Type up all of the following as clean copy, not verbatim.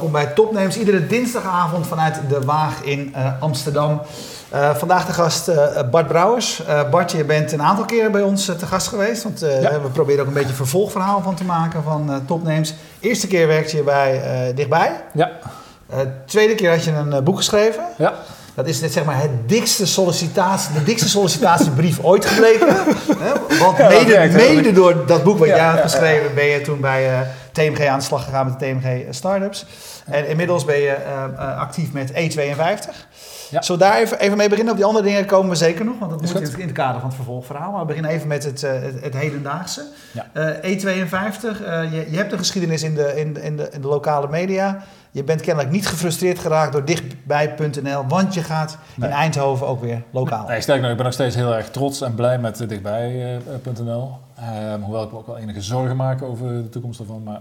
welkom bij Topnames. Iedere dinsdagavond vanuit de Waag in Amsterdam. Vandaag de gast Bart Brouwers. Bart, je bent een aantal keren bij ons te gast geweest. Want we proberen ook een beetje een vervolgverhaal van te maken van Topnames. Eerste keer werkte je bij Dichtbij. Ja. Tweede keer had je een boek geschreven. Ja. Dat is net zeg maar de dikste sollicitatiebrief ooit gebleken. Want mede door dat boek wat jij had geschreven ben je toen bij TMG aan de slag gegaan met de TMG Startups. En inmiddels ben je actief met E52. Ja. Zullen we daar even mee beginnen? Op die andere dingen komen we zeker nog, want dat moet in het kader van het vervolgverhaal. Maar we beginnen even met het hedendaagse. Ja. E52, je hebt een geschiedenis in de lokale media. Je bent kennelijk niet gefrustreerd geraakt door dichtbij.nl, want je gaat in Eindhoven ook weer lokaal. Nee, sterk nog, ik ben nog steeds heel erg trots en blij met dichtbij.nl. Hoewel ik me ook wel enige zorgen maak over de toekomst ervan.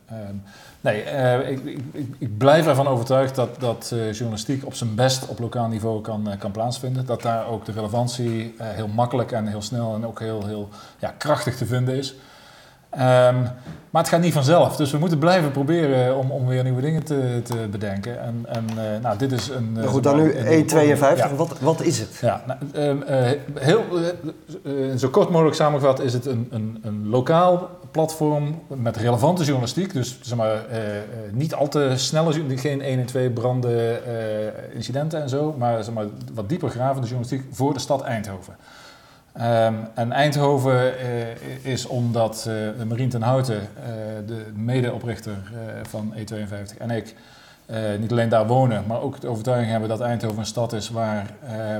Ik blijf ervan overtuigd dat journalistiek op zijn best op lokaal niveau kan plaatsvinden. Dat daar ook de relevantie heel makkelijk en heel snel en ook heel krachtig te vinden is. Maar het gaat niet vanzelf, dus we moeten blijven proberen om weer nieuwe dingen te bedenken. Dit is een... goed, dan nu E52, wat is het? Ja, zo kort mogelijk samengevat is het een lokaal platform met relevante journalistiek. Dus zeg maar, niet al te snelle, geen 1 en 2 branden incidenten en zo, maar, zeg maar wat dieper gravende journalistiek voor de stad Eindhoven. En Eindhoven is omdat Marien ten Houten, de medeoprichter van E52 en ik, niet alleen daar wonen, maar ook de overtuiging hebben dat Eindhoven een stad is waar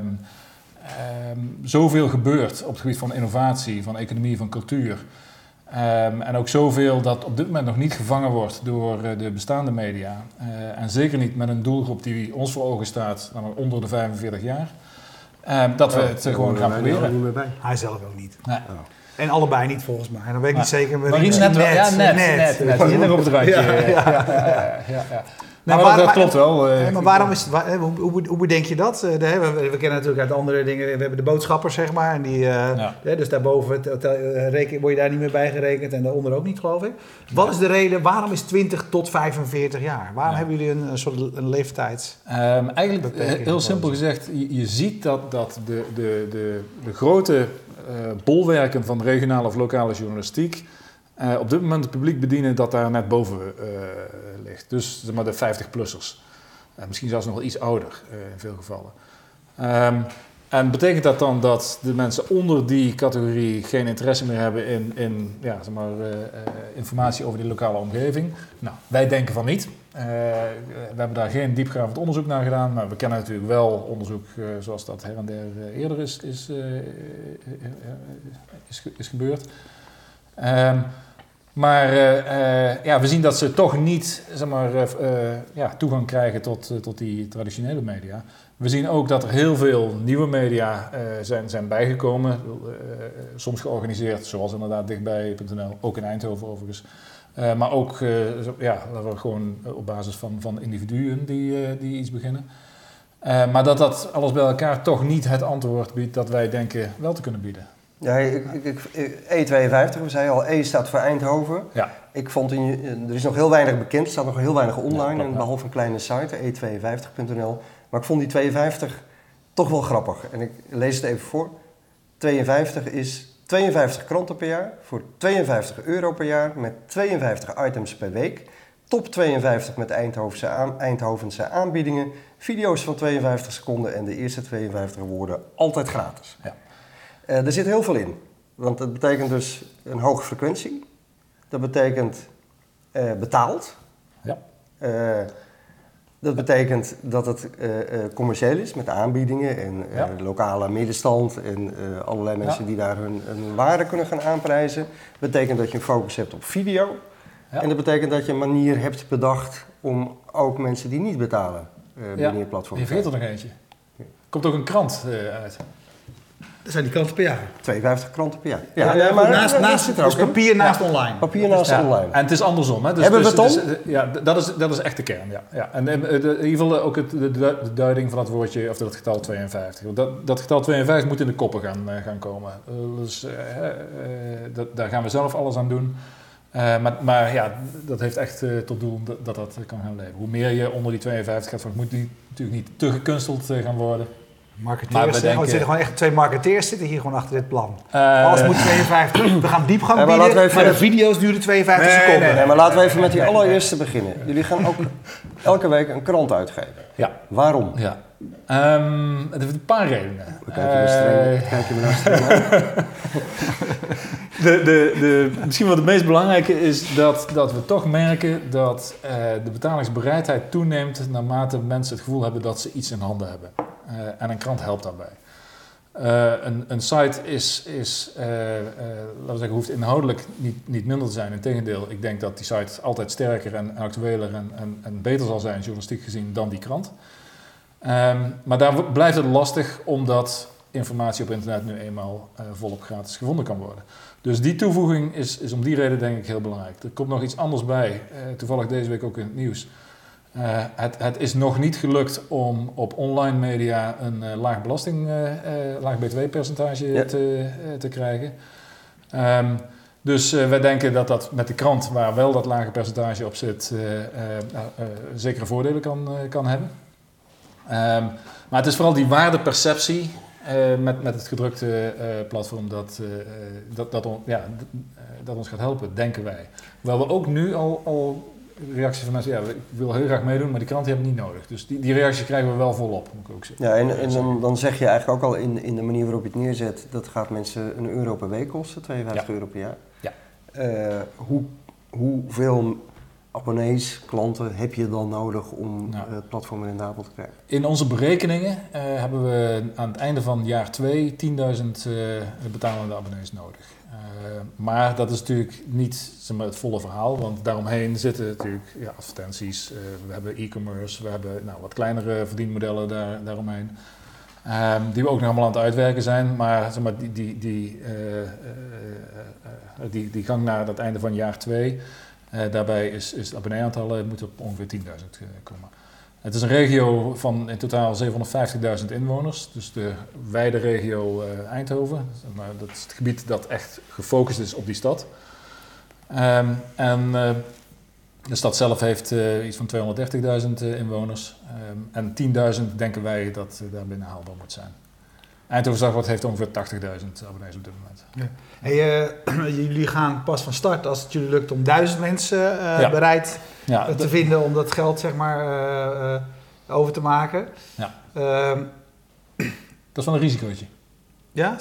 zoveel gebeurt op het gebied van innovatie, van economie, van cultuur. En ook zoveel dat op dit moment nog niet gevangen wordt door de bestaande media. En zeker niet met een doelgroep die ons voor ogen staat, namelijk onder de 45 jaar. Dat we het gewoon gaan proberen. Niet meer bij. Hij zelf ook niet. Nee. Oh. En allebei niet volgens mij. Dan weet ik niet zeker. Maar net. Hier op het randje. Ja. Nee, maar dat klopt wel. Maar waarom is het, hoe bedenk je dat? We kennen natuurlijk uit andere dingen. We hebben de boodschappers, zeg maar. En die, dus daarboven word je daar niet meer bij gerekend. En daaronder ook niet, geloof ik. Wat is de reden? Waarom is 20 tot 45 jaar? Waarom hebben jullie een soort leeftijd? Eigenlijk heel simpel gezegd. Je ziet dat de grote bolwerken van regionale of lokale journalistiek op dit moment het publiek bedienen dat daar net boven ligt. Dus zeg maar de 50-plussers. Misschien zelfs nog wel iets ouder in veel gevallen. En betekent dat dan dat de mensen onder die categorie geen interesse meer hebben in informatie over die lokale omgeving? Nou, wij denken van niet. We hebben daar geen diepgravend onderzoek naar gedaan, maar we kennen natuurlijk wel onderzoek zoals dat her en der eerder is gebeurd. Maar we zien dat ze toch niet toegang krijgen tot die traditionele media. We zien ook dat er heel veel nieuwe media zijn bijgekomen. Soms georganiseerd, zoals inderdaad dichtbij.nl, ook in Eindhoven overigens. Maar ook gewoon op basis van individuen die iets beginnen. Maar dat alles bij elkaar toch niet het antwoord biedt dat wij denken wel te kunnen bieden. Ja, E52, we zeiden al, E staat voor Eindhoven. Ja. Ik vond er is nog heel weinig bekend, er staat nog heel weinig online, behalve een kleine site, e52.nl. Maar ik vond die 52 toch wel grappig. En ik lees het even voor. 52 is 52 kranten per jaar voor €52 per jaar met 52 items per week. Top 52 met Eindhovense aanbiedingen. Video's van 52 seconden en de eerste 52 woorden altijd gratis. Ja. Er zit heel veel in. Want dat betekent dus een hoge frequentie. Dat betekent betaald. Ja. Dat betekent dat het commercieel is met aanbiedingen en lokale middenstand en allerlei mensen die daar hun waarde kunnen gaan aanprijzen. Dat betekent dat je een focus hebt op video. Ja. En dat betekent dat je een manier hebt bedacht om ook mensen die niet betalen binnen je platform. Je vergeet er nog eentje. Er komt ook een krant uit. Dat zijn die kranten per jaar. 52 kranten per jaar. Ja, maar naast papier naast online. Papier naast online. En het is andersom. Hè? Dus, hebben we het dan? Dat is echt de kern. Ja. En in ieder geval ook de duiding van het woordje, of dat getal 52. Dat getal 52 moet in de koppen gaan komen. Daar gaan we zelf alles aan doen. Maar ja, dat heeft echt tot doel dat kan gaan leven. Hoe meer je onder die 52 gaat, moet die natuurlijk niet te gekunsteld gaan worden. Marketeers, er zitten gewoon echt 2 marketeers zitten hier gewoon achter dit plan. Alles moet 52. We gaan diepgang bieden, maar de video's duren 52 seconden. Nee, maar laten we even met die allereerste beginnen. Jullie gaan ook elke week een krant uitgeven. Ja. Waarom? Ja. Het heeft een paar redenen. Kijk je me nou streng aan? Misschien wel het meest belangrijke is dat we toch merken dat de betalingsbereidheid toeneemt naarmate mensen het gevoel hebben dat ze iets in handen hebben. En een krant helpt daarbij. Een site laten we zeggen, hoeft inhoudelijk niet minder te zijn. Integendeel, ik denk dat die site altijd sterker en actueler en beter zal zijn, journalistiek gezien, dan die krant. Maar daar blijft het lastig, omdat informatie op internet nu eenmaal volop gratis gevonden kan worden. Dus die toevoeging is om die reden denk ik heel belangrijk. Er komt nog iets anders bij, toevallig deze week ook in het nieuws. Het is nog niet gelukt om op online media een laag btw-percentage te krijgen. Dus wij denken dat met de krant, waar wel dat lage percentage op zit, zekere voordelen kan hebben. Maar het is vooral die waardeperceptie met het gedrukte platform dat ons gaat helpen, denken wij. Hoewel we ook nu al reacties van mensen, ik wil heel graag meedoen, maar die krant hebben we niet nodig. Dus die reacties krijgen we wel volop, moet ik ook zeggen. Ja, en dan zeg je eigenlijk ook al in de manier waarop je het neerzet, dat gaat mensen €1 per week kosten, €52 per jaar. Ja. Hoeveel abonnees, klanten heb je dan nodig om het platform in de napel te krijgen? In onze berekeningen hebben we aan het einde van jaar 2 10.000 betalende abonnees nodig. Maar dat is natuurlijk niet het volle verhaal, want daaromheen zitten natuurlijk advertenties, we hebben e-commerce, we hebben wat kleinere verdienmodellen daaromheen. Die we ook nog allemaal aan het uitwerken zijn, maar die gang naar het einde van jaar 2, daarbij is het abonneeaantal moet op ongeveer 10.000 komen. Het is een regio van in totaal 750.000 inwoners, dus de wijde regio Eindhoven. Dat is het gebied dat echt gefocust is op die stad. De stad zelf heeft iets van 230.000 inwoners. En 10.000 denken wij dat daar binnen haalbaar moet zijn. Eindhoven Dagblad heeft ongeveer 80.000 abonnees op dit moment. Ja. Hey, jullie gaan pas van start als het jullie lukt om 1000 mensen bereid te vinden om dat geld zeg maar over te maken. Ja. Dat is wel een risicootje. Ja?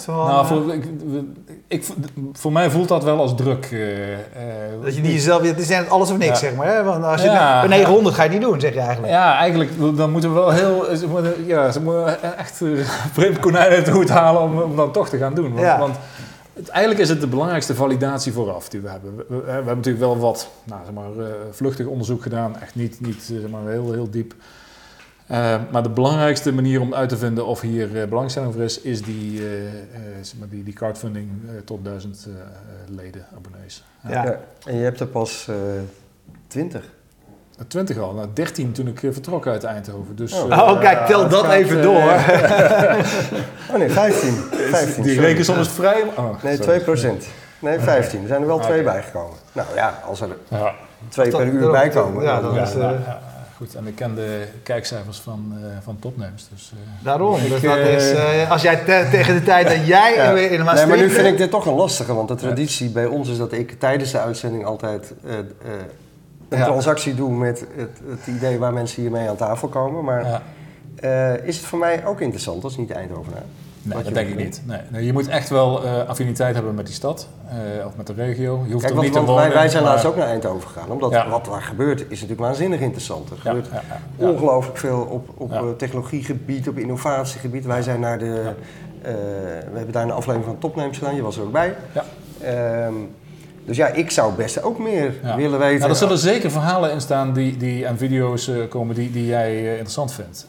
Voor mij voelt dat wel als druk. Dat je niet jezelf... Het is net alles of niks, zeg maar. Hè? Want als je bij 900 ga je niet doen, zeg je eigenlijk. Ja, eigenlijk dan moeten we wel ze moeten echt vreemd konijn uit de hoed halen om dan toch te gaan doen. Want eigenlijk is het de belangrijkste validatie vooraf die we hebben. We hebben natuurlijk wel wat vluchtig onderzoek gedaan. Echt niet heel, heel diep. Maar de belangrijkste manier om uit te vinden of hier belangstelling voor is die crowdfunding tot 1000 leden, abonnees. Ja. En je hebt er pas 20. 20 al, 13 toen ik vertrok uit Eindhoven. Dus, kijk, tel dat even door. Nee, 15. Die rekensom is vrij. Nee, 2%. Nee, 15. Er zijn er wel 2 bijgekomen. Nou ja, als er 2 per uur bijkomen. Ja, dat is... Goed, en ik ken de kijkcijfers van Topnames. Dus, daarom. Dus dat is, als jij tegen de tijd dat jij in de Maastricht... Nee, maar nu vind ik dit toch een lastige, want de traditie bij ons is dat ik tijdens de uitzending altijd een transactie doe met het idee waar mensen hiermee aan tafel komen. Maar is het voor mij ook interessant als niet Eindhovenaar? Nee, dat denk ik niet. Nee, je moet echt wel affiniteit hebben met die stad of met de regio. Je hoeft er niet te wonen. Wij zijn laatst ook naar Eindhoven gegaan, omdat wat daar gebeurt is natuurlijk waanzinnig interessant. Er gebeurt ongelooflijk veel op technologiegebied, op innovatiegebied. Wij zijn naar we hebben daar een aflevering van Topnames gedaan, je was er ook bij. Ja. Dus ja, ik zou best ook meer willen weten. Nou, er zullen zeker verhalen in staan en video's komen die jij interessant vindt.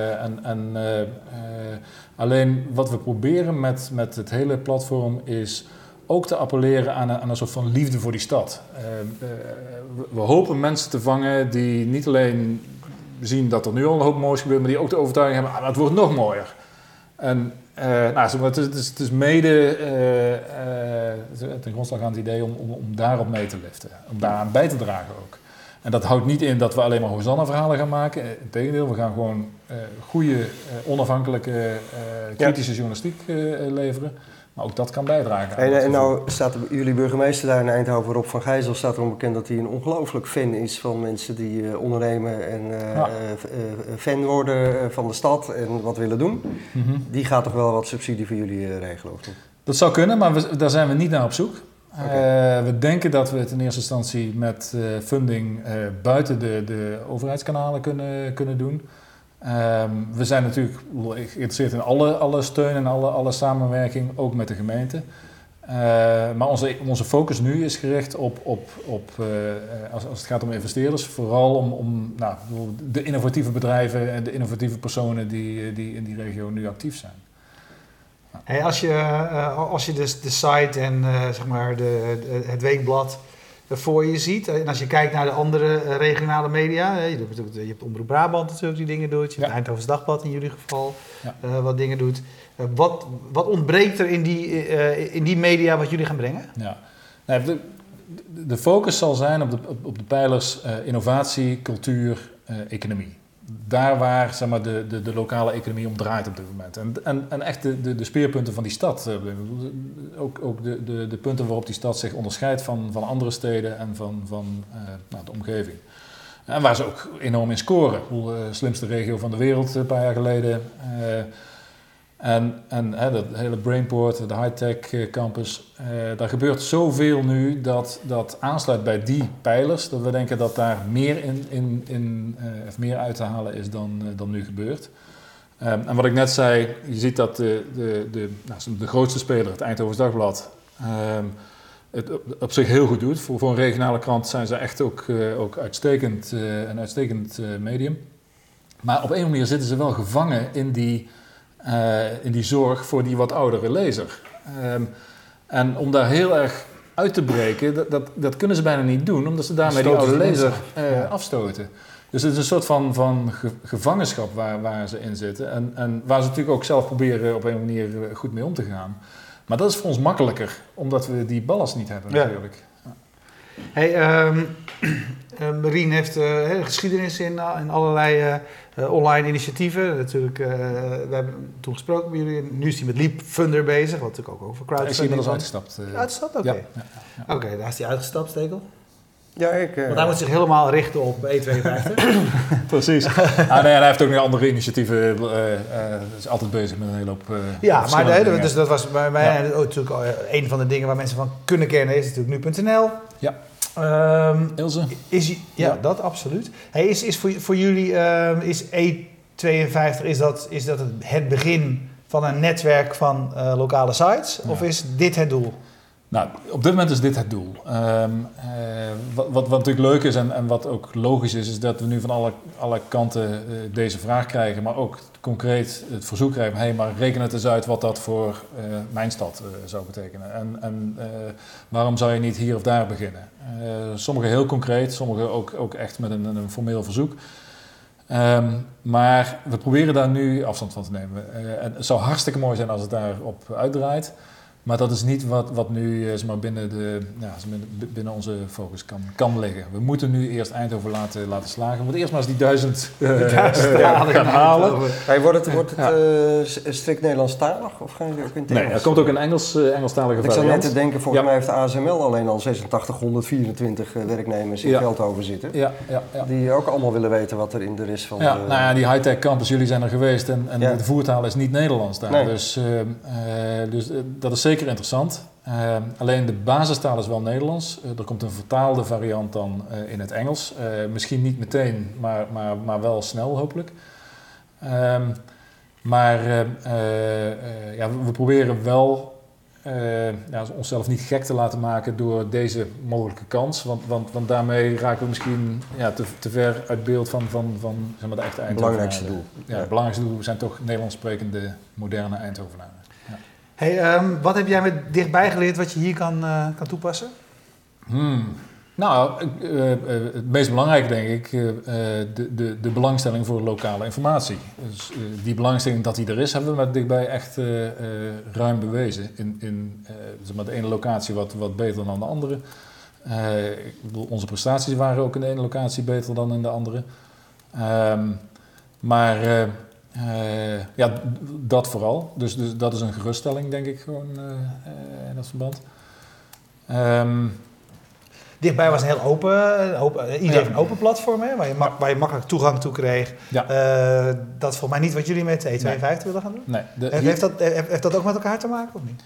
Alleen wat we proberen met het hele platform is ook te appelleren aan een soort van liefde voor die stad. We hopen mensen te vangen die niet alleen zien dat er nu al een hoop moois gebeurt, maar die ook de overtuiging hebben, maar het wordt nog mooier. En het is mede ten grondslag aan het idee om daarop mee te liften. Om daaraan bij te dragen ook. En dat houdt niet in dat we alleen maar Hosanna-verhalen gaan maken. Integendeel, we gaan gewoon goede, onafhankelijke, kritische journalistiek leveren. Maar ook dat kan bijdragen. En nou staat jullie burgemeester daar in Eindhoven, Rob van Gijzel, staat erom bekend dat hij een ongelooflijk fan is van mensen die ondernemen en fan worden van de stad en wat willen doen. Mm-hmm. Die gaat toch wel wat subsidie voor jullie regelen, of niet? Dat zou kunnen, maar daar zijn we niet naar op zoek. Okay. We denken dat we het in eerste instantie met funding buiten de overheidskanalen kunnen doen. We zijn natuurlijk geïnteresseerd in alle steun en alle samenwerking, ook met de gemeente. Maar onze focus nu is gericht als het gaat om investeerders, vooral om de innovatieve bedrijven en de innovatieve personen die in die regio nu actief zijn. Hey, als je dus de site en zeg maar het weekblad voor je ziet, en als je kijkt naar de andere regionale media, je hebt Omroep Brabant natuurlijk die dingen doet, je hebt Eindhovens Dagblad in jullie geval wat dingen doet. Wat ontbreekt er in die media wat jullie gaan brengen? Ja. Nou, de focus zal zijn op de pijlers innovatie, cultuur, economie. Daar waar zeg maar, de lokale economie om draait op dit moment. En echt de speerpunten van die stad. Ook de punten waarop die stad zich onderscheidt van andere steden en van de omgeving. En waar ze ook enorm in scoren. De slimste regio van de wereld een paar jaar geleden. En dat hele Brainport, de high-tech campus, daar gebeurt zoveel nu dat aansluit bij die pijlers, dat we denken dat daar meer uit te halen is dan nu gebeurt. En wat ik net zei, je ziet dat de grootste speler, het Eindhovens Dagblad, het op zich heel goed doet. Voor een regionale krant zijn ze echt ook een uitstekend medium. Maar op een manier zitten ze wel gevangen in die zorg voor die wat oudere lezer. En om daar heel erg uit te breken, dat kunnen ze bijna niet doen, omdat ze daarmee die oude lezer afstoten. Dus het is een soort van gevangenschap waar ze in zitten. En waar ze natuurlijk ook zelf proberen op een manier goed mee om te gaan. Maar dat is voor ons makkelijker, omdat we die ballast niet hebben natuurlijk. Ja. Hey, Marien heeft geschiedenis in allerlei online initiatieven. Natuurlijk, we hebben toen gesproken met jullie. Nu is hij met Leapfunder bezig, wat natuurlijk ook over crowdfunding. Is hij inmiddels uitgestapt? Uitgestapt? Oké. Ja. Oké, daar is hij uitgestapt, Stekel. Ja, want hij moet zich helemaal richten op E52. Precies. Hij heeft ook nog andere initiatieven. Is altijd bezig met een hele hoop. Maar dus dat was bij mij natuurlijk een van de dingen waar mensen van kunnen kennen is natuurlijk nu.nl. Ja. Ilse? Dat absoluut. Hey, is voor jullie is E52 is dat het begin van een netwerk van lokale sites? Ja. Of is dit het doel? Nou, op dit moment is dit het doel. Wat natuurlijk leuk is en wat ook logisch is dat we nu van alle kanten deze vraag krijgen, maar ook concreet het verzoek krijgen, hey, maar reken het eens uit wat dat voor mijn stad zou betekenen. En waarom zou je niet hier of daar beginnen? Sommige heel concreet, sommige ook echt met een formeel verzoek. Maar we proberen daar nu afstand van te nemen. En het zou hartstikke mooi zijn als het daarop uitdraait. Maar dat is niet wat nu binnen onze focus kan liggen. We moeten nu eerst Eindhoven laten slagen. We moeten eerst maar eens die 1000 gaan halen. Wordt het strikt Nederlandstalig? Of gaan jullie ook in het Engels? Nee, er komt ook een Engelstalige variant. Ik zou net te denken, volgens mij heeft de ASML alleen al 8624 werknemers in Veldhoven zitten. Ja. Die ook allemaal willen weten wat er in de rest van die high-tech campus, jullie zijn er geweest en de voertaal is niet Nederlands daar. Nee. Dus dat is zeker interessant. Alleen de basistaal is wel Nederlands. Er komt een vertaalde variant dan in het Engels. Misschien niet meteen, maar wel snel hopelijk. We proberen wel onszelf niet gek te laten maken door deze mogelijke kans. Want daarmee raken we misschien te ver uit beeld van zeg maar, de echte Eindhovenaren. Het belangrijkste doel. Ja, het belangrijkste doel zijn toch Nederlands sprekende moderne Eindhovenaren. Ja. Hey, wat heb jij met dichtbij geleerd wat je hier kan toepassen? Nou, het meest belangrijke denk ik, de belangstelling voor lokale informatie. Dus die belangstelling dat die er is, hebben we met dichtbij echt ruim bewezen. In zeg maar de ene locatie wat beter dan de andere. Ik bedoel, onze prestaties waren ook in de ene locatie beter dan in de andere. Ja, dat vooral. Dus dat is een geruststelling, denk ik, gewoon in dat verband. Dichtbij was een heel open iedereen heeft een open platform, hè, waar je makkelijk toegang toe kreeg. Ja. Dat is volgens mij niet wat jullie met E52 willen gaan doen. Nee, heeft dat ook met elkaar te maken of niet?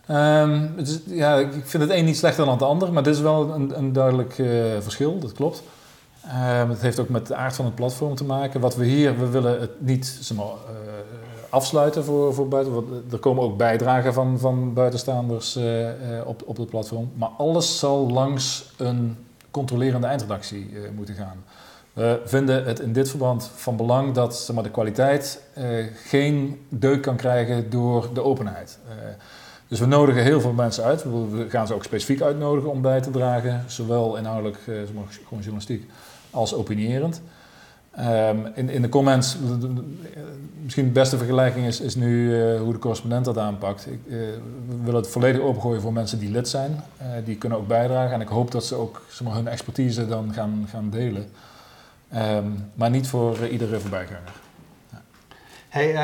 Ik vind het een niet slechter dan het ander, maar dit is wel een duidelijk verschil, dat klopt. Het heeft ook met de aard van het platform te maken. We willen het niet afsluiten voor buiten. Want er komen ook bijdragen van buitenstaanders op het platform. Maar alles zal langs een controlerende eindredactie moeten gaan. We vinden het in dit verband van belang dat de kwaliteit geen deuk kan krijgen door de openheid. Dus we nodigen heel veel mensen uit. We gaan ze ook specifiek uitnodigen om bij te dragen. Zowel inhoudelijk, gewoon journalistiek, als opinierend. In de comments, misschien de beste vergelijking is nu hoe de correspondent dat aanpakt. We willen het volledig opengooien voor mensen die lid zijn. Die kunnen ook bijdragen en ik hoop dat ze ook hun expertise dan gaan delen. Maar niet voor iedere voorbijganger. Ja. Hey,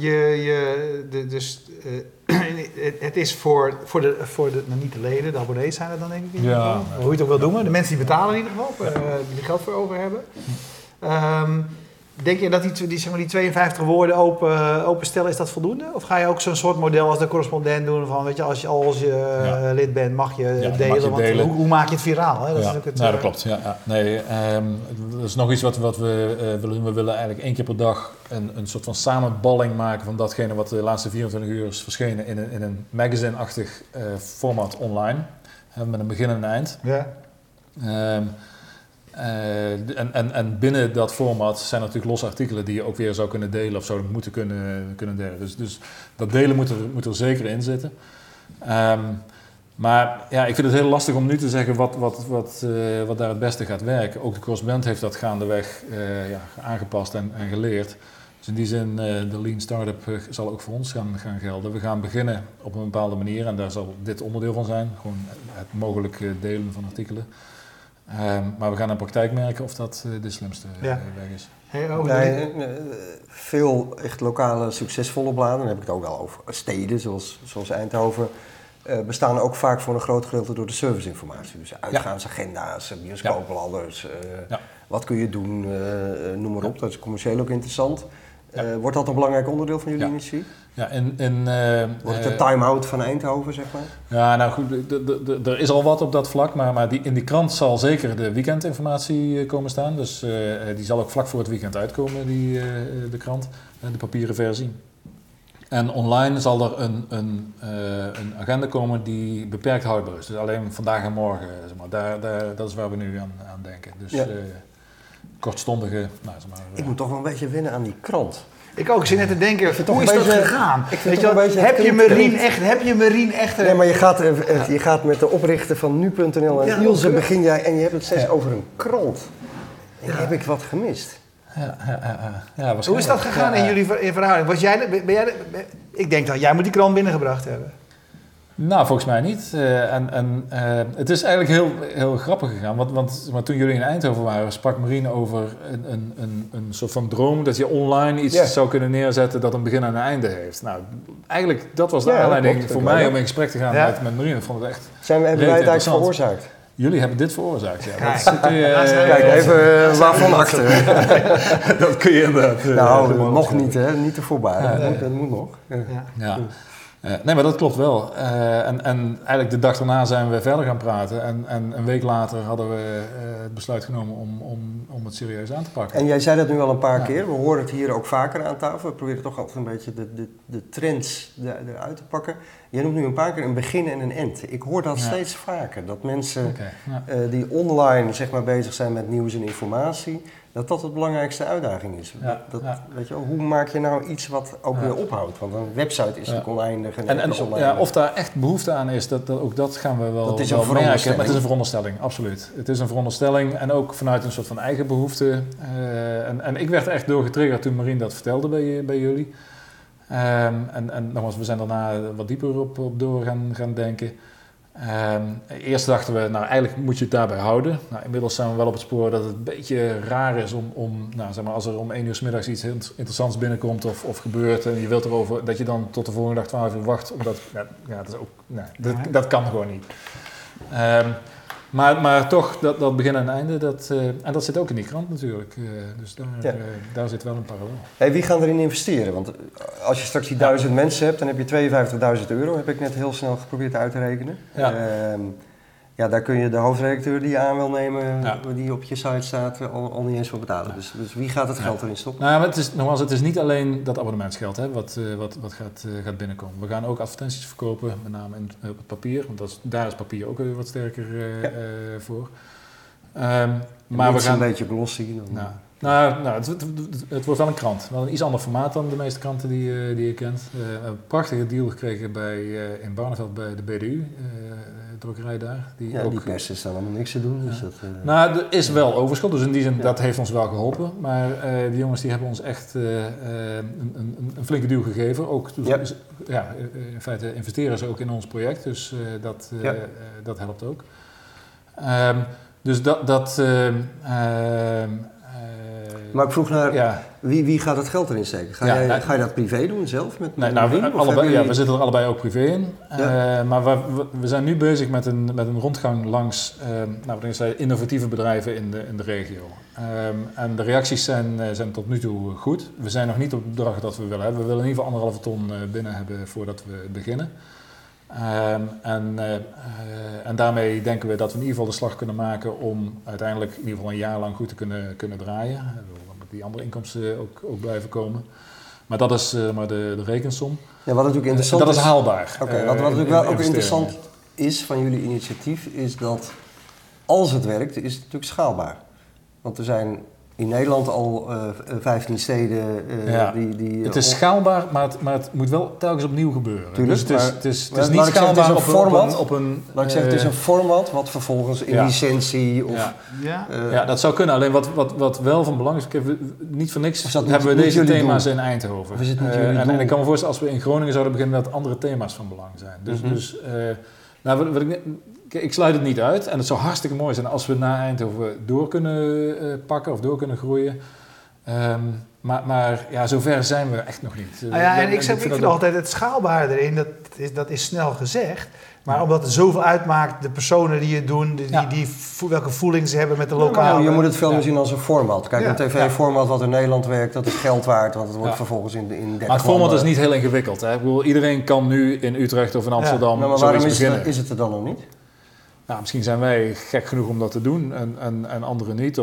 het is voor de niet de leden, de abonnees zijn er dan denk ik in ieder geval. Hoe je het ook wil doen, de mensen die betalen in ieder geval, die er geld voor over hebben. Denk je dat die 52 woorden openstellen, is dat voldoende? Of ga je ook zo'n soort model als de correspondent doen van, weet je, als je lid bent mag je delen? Mag je delen. Hoe maak je het viraal? Hè? Dat klopt. Ja. Nee, dat is nog iets wat we willen doen. We willen eigenlijk 1 keer per dag een soort van samenballing maken van datgene wat de laatste 24 uur is verschenen in een magazine-achtig format online. Met een begin en een eind. Ja. En binnen dat format zijn er natuurlijk losse artikelen die je ook weer zou kunnen delen of zouden moeten kunnen delen. Dus dat delen moet er zeker in zitten. Maar ja, ik vind het heel lastig om nu te zeggen wat daar het beste gaat werken. Ook de correspondent heeft dat gaandeweg aangepast en geleerd. Dus in die zin, de Lean Startup zal ook voor ons gaan gelden. We gaan beginnen op een bepaalde manier en daar zal dit onderdeel van zijn. Gewoon het mogelijk delen van artikelen. Maar we gaan in de praktijk merken of dat de slimste weg is. Veel echt lokale succesvolle bladen, dan heb ik het ook wel over steden zoals Eindhoven, bestaan ook vaak voor een groot gedeelte door de serviceinformatie. Dus uitgaansagenda's, bioscoopbladders, wat kun je doen, noem maar op. Dat is commercieel ook interessant. Wordt dat een belangrijk onderdeel van jullie initiatief? Ja, wordt het de time-out van Eindhoven, zeg maar? Ja, nou goed, er is al wat op dat vlak, maar in die krant zal zeker de weekendinformatie komen staan. Dus die zal ook vlak voor het weekend uitkomen, de krant, de papieren versie. En online zal er een agenda komen die beperkt houdbaar is. Dus alleen vandaag en morgen, zeg maar. Dat is waar we nu aan denken. Dus kortstondige, Ik moet toch wel een beetje wennen aan die krant. Ik ook, ik zit net te denken, hoe is dat gegaan? Heb je Marien echt... Nee, maar je gaat met de oprichter van nu.nl en Ilse begin jij en je hebt het steeds over een krant. En heb ik wat gemist. Hoe is dat gegaan in jullie verhouding? Ik denk dat jij moet die krant binnengebracht hebben. Nou, volgens mij niet. Het is eigenlijk heel grappig gegaan. Want toen jullie in Eindhoven waren, sprak Marien over een soort van droom dat je online iets zou kunnen neerzetten dat een begin en een einde heeft. Nou, eigenlijk dat was de aanleiding voor mij om in gesprek te gaan met Marien. Ik vond het echt hebben wij het eigenlijk veroorzaakt? Jullie hebben dit veroorzaakt, ja. Kijk, even waarvan achter. Dat kun je inderdaad. Nog niet, hè? Niet te voorbij. Dat moet nog. Ja. Nee, maar dat klopt wel. En eigenlijk de dag daarna zijn we verder gaan praten. En een week later hadden we het besluit genomen om het serieus aan te pakken. En jij zei dat nu al een paar keer. We horen het hier ook vaker aan tafel. We proberen toch altijd een beetje de trends eruit te pakken. Jij noemt nu een paar keer een begin en een end. Ik hoor dat steeds vaker. Dat mensen die online zeg maar bezig zijn met nieuws en informatie, dat het belangrijkste uitdaging is. Weet je wel, hoe maak je nou iets wat ook weer ophoudt? Want een website is natuurlijk oneindig. Of daar echt behoefte aan is, ook dat gaan we wel merken. Maar het is een veronderstelling, absoluut. Het is een veronderstelling en ook vanuit een soort van eigen behoefte. En ik werd echt doorgetriggerd toen Marien dat vertelde bij jullie. En nogmaals, we zijn daarna wat dieper op door gaan denken. Eerst dachten we, nou eigenlijk moet je het daarbij houden. Nou, inmiddels zijn we wel op het spoor dat het een beetje raar is om zeg maar, als er om 1 uur 's middags iets interessants binnenkomt of gebeurt en je wilt erover, dat je dan tot de volgende dag 12 uur wacht. Omdat, dat is ook, dat kan gewoon niet. Maar toch, dat begin en einde, en dat zit ook in die krant natuurlijk. Dus daar zit wel een parallel. Hey, wie gaan erin investeren? Want als je straks die 1000 mensen hebt, dan heb je €52.000, heb ik net heel snel geprobeerd uit te rekenen. Daar kun je de hoofdredacteur die je aan wil nemen, die op je site staat, al niet eens voor betalen. Dus wie gaat het geld erin stoppen? Nou, het is niet alleen dat abonnementsgeld wat gaat binnenkomen. We gaan ook advertenties verkopen, met name op het papier, want daar is papier ook wat sterker voor. Maar we gaan een beetje glossy. Het wordt wel een krant. Wel een iets ander formaat dan de meeste kranten die je kent. Een prachtige deal gekregen in Barneveld bij de BDU, drukkerij daar. Die pers is dan allemaal niks te doen. Dus er is wel overschot, dus in die zin, dat heeft ons wel geholpen. Maar die jongens die hebben ons echt een flinke duw gegeven. Ook, in feite investeren ze ook in ons project, dus dat helpt ook. Dus maar ik vroeg naar, wie gaat het geld erin steken? Ga je dat privé doen zelf? We zitten er allebei ook privé in. Maar we zijn nu bezig met een rondgang langs innovatieve bedrijven in de regio. En de reacties zijn tot nu toe goed. We zijn nog niet op het bedrag dat we willen hebben. We willen in ieder geval 1,5 ton binnen hebben voordat we beginnen. En daarmee denken we dat we in ieder geval de slag kunnen maken om uiteindelijk in ieder geval een jaar lang goed te kunnen draaien. Dat die andere inkomsten ook blijven komen. Maar dat is maar de rekensom. Ja, wat natuurlijk interessant dat is haalbaar. Wat natuurlijk wel ook interessant is van jullie initiatief, is dat als het werkt, is het natuurlijk schaalbaar. Want er zijn in Nederland al 15 steden die... Het is schaalbaar, maar het moet wel telkens opnieuw gebeuren. Tuurlijk, dus het is niet schaalbaar op een... Laat ik zeggen, het is een format wat vervolgens in licentie of... dat zou kunnen. Alleen wat wel van belang is... Niet voor niks hebben we deze thema's in Eindhoven. Of is het niet en ik kan me voorstellen, als we in Groningen zouden beginnen... dat andere thema's van belang zijn. Ik sluit het niet uit en het zou hartstikke mooi zijn als we naar Eindhoven door kunnen pakken of door kunnen groeien. Maar zover zijn we echt nog niet. Ik vind altijd het schaalbaar erin, dat is snel gezegd. Maar omdat het zoveel uitmaakt, de personen die het doen, welke voeling ze hebben met de lokale... je moet het veel meer zien als een format. Kijk, een tv-format wat in Nederland werkt, dat is geld waard, want het wordt vervolgens in 30 Maar het format is niet heel ingewikkeld. Hè? Ik bedoel, iedereen kan nu in Utrecht of in Amsterdam maar waarom is het er dan nog niet? Nou, misschien zijn wij gek genoeg om dat te doen en anderen niet.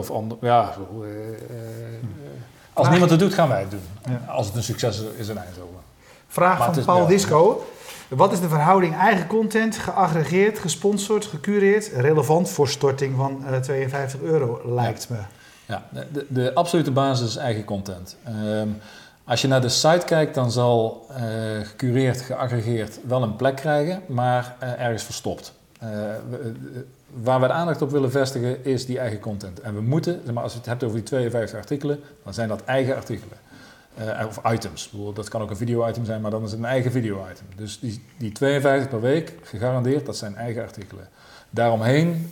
Als niemand het doet, gaan wij het doen. Ja. Als het een succes is in Eindhoven. Vraag van Paul Disco. Wat is de verhouding eigen content, geaggregeerd, gesponsord, gecureerd, relevant voor storting van €52, lijkt me? Ja, de absolute basis is eigen content. Als je naar de site kijkt, dan zal gecureerd, geaggregeerd wel een plek krijgen, maar ergens verstopt. Waar we de aandacht op willen vestigen is die eigen content. En we moeten, als je het hebt over die 52 artikelen, dan zijn dat eigen artikelen. Of items. Dat kan ook een video-item zijn, maar dan is het een eigen video-item. Dus die 52 per week, gegarandeerd, dat zijn eigen artikelen. Daaromheen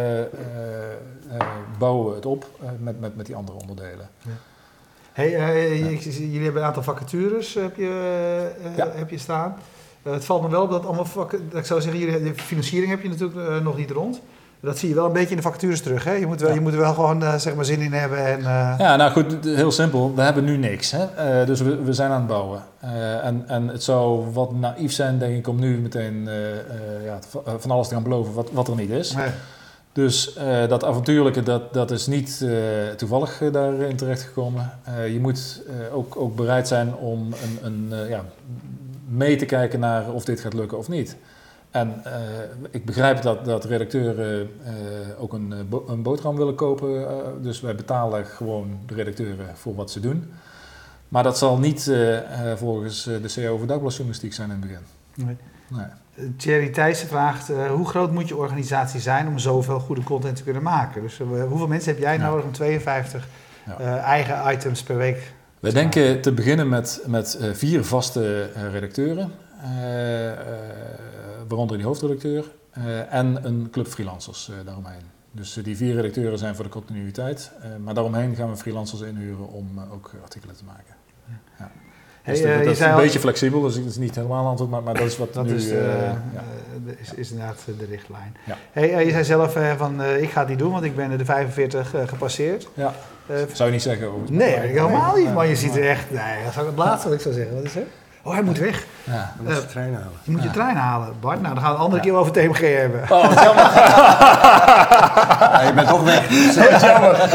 bouwen we het op met die andere onderdelen. Ja. Jullie hebben een aantal vacatures heb je staan. Het valt me wel op dat allemaal ik zou zeggen, de financiering heb je natuurlijk nog niet rond. Dat zie je wel een beetje in de vacatures terug. Hè? Je moet er wel gewoon zin in hebben. En, Ja, nou goed, heel simpel. We hebben nu niks. Hè? Dus we zijn aan het bouwen. En het zou wat naïef zijn, denk ik, om nu meteen van alles te gaan beloven wat er niet is. Nee. Dus dat avontuurlijke, dat is niet toevallig daarin terechtgekomen. Je moet ook bereid zijn om mee te kijken naar of dit gaat lukken of niet. En ik begrijp dat redacteuren ook een boterham willen kopen. Dus wij betalen gewoon de redacteuren voor wat ze doen. Maar dat zal niet volgens de CEO voor dagbladjournalistiek zijn in het begin. Nee. Thierry Thijssen vraagt, hoe groot moet je organisatie zijn om zoveel goede content te kunnen maken? Dus hoeveel mensen heb jij nodig om 52 eigen items per week? We denken te beginnen met 4 vaste redacteuren, waaronder die hoofdredacteur, en een club freelancers daaromheen. Dus die 4 redacteuren zijn voor de continuïteit, maar daaromheen gaan we freelancers inhuren om ook artikelen te maken. Ja. Dus dat is een beetje flexibel, dus het is niet helemaal antwoord, maar dat is wat dat nu... is inderdaad de richtlijn. Ja. Hey, je zei zelf ik ga het niet doen, want ik ben de 45 gepasseerd. Ja, zou je niet zeggen? Nee, helemaal niet, maar je ziet er echt... Nee, dat is ook het laatste wat ik zou zeggen. Wat is het? Oh, hij moet weg. Ja, je moet je trein halen. Je moet je trein halen, Bart. Nou, dan gaan we een andere keer over TMG hebben. Oh, wat jammer. Je bent toch weg. Dat is jammer.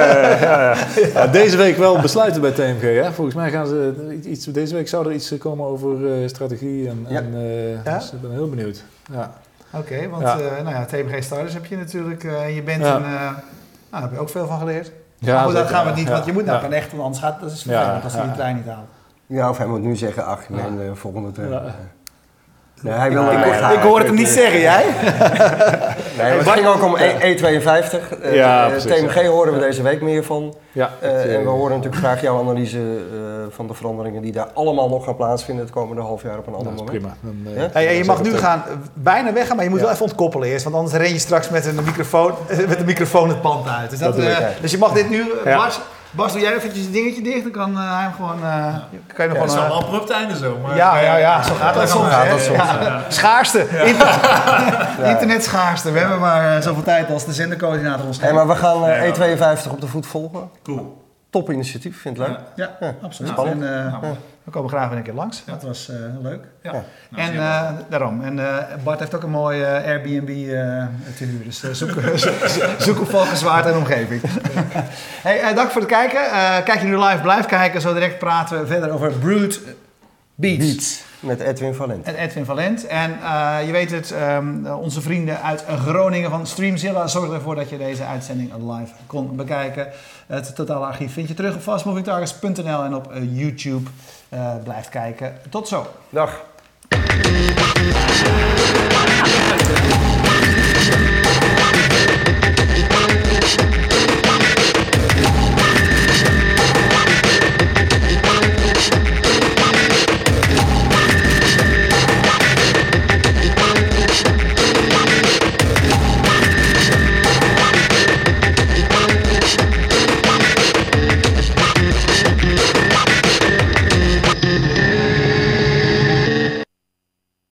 Ja, deze week wel besluiten bij TMG. Hè? Volgens mij gaan ze deze week zou er iets komen over strategie. Dus ik ben heel benieuwd. Ja. Oké, want TMG Starters heb je natuurlijk. Je bent daar heb je ook veel van geleerd. Ja, maar daar gaan we het niet, want je moet naar Panecht, want anders gaat dat is vervelend als hij die trein niet haalt. Ja, of hij moet nu zeggen, ach, mijn volgende trein. Ja. Nee, hij wil ik hoorde het hem niet zeggen, jij? Nee, het ging ook om E52. TMG horen we deze week meer van. Ja, en we horen natuurlijk graag jouw analyse van de veranderingen die daar allemaal nog gaan plaatsvinden het komende half jaar op een ander moment. Prima. Je mag nu bijna weggaan, maar je moet wel even ontkoppelen eerst. Want anders ren je straks met een microfoon het pand uit. Dus je mag dit nu... Bas, doe jij eventjes het dingetje dicht, dan kan hij hem gewoon... Het is wel een abrupt einde zo. Maar zo gaat dat soms. Schaarste. Internetschaarste. We hebben maar zoveel tijd als de zendercoördinator ons geeft. Maar we gaan E52 op de voet volgen. Cool. Top initiatief, vind ik leuk. Ja, absoluut. Spannend. We komen graag weer een keer langs. Dat was heel leuk. Ja. En daarom. En Bart heeft ook een mooie Airbnb te huren. Dus zoek op Valkenswaard en omgeving. Hey, dank voor het kijken. Kijk je nu live, blijf kijken. Zo direct praten we verder over Brood Beats. Met Edwin Valent. En je weet het, onze vrienden uit Groningen van Streamzilla zorgen ervoor dat je deze uitzending live kon bekijken. Het totale archief vind je terug op fastmovingtargets.nl en op YouTube. Blijf kijken. Tot zo. Dag.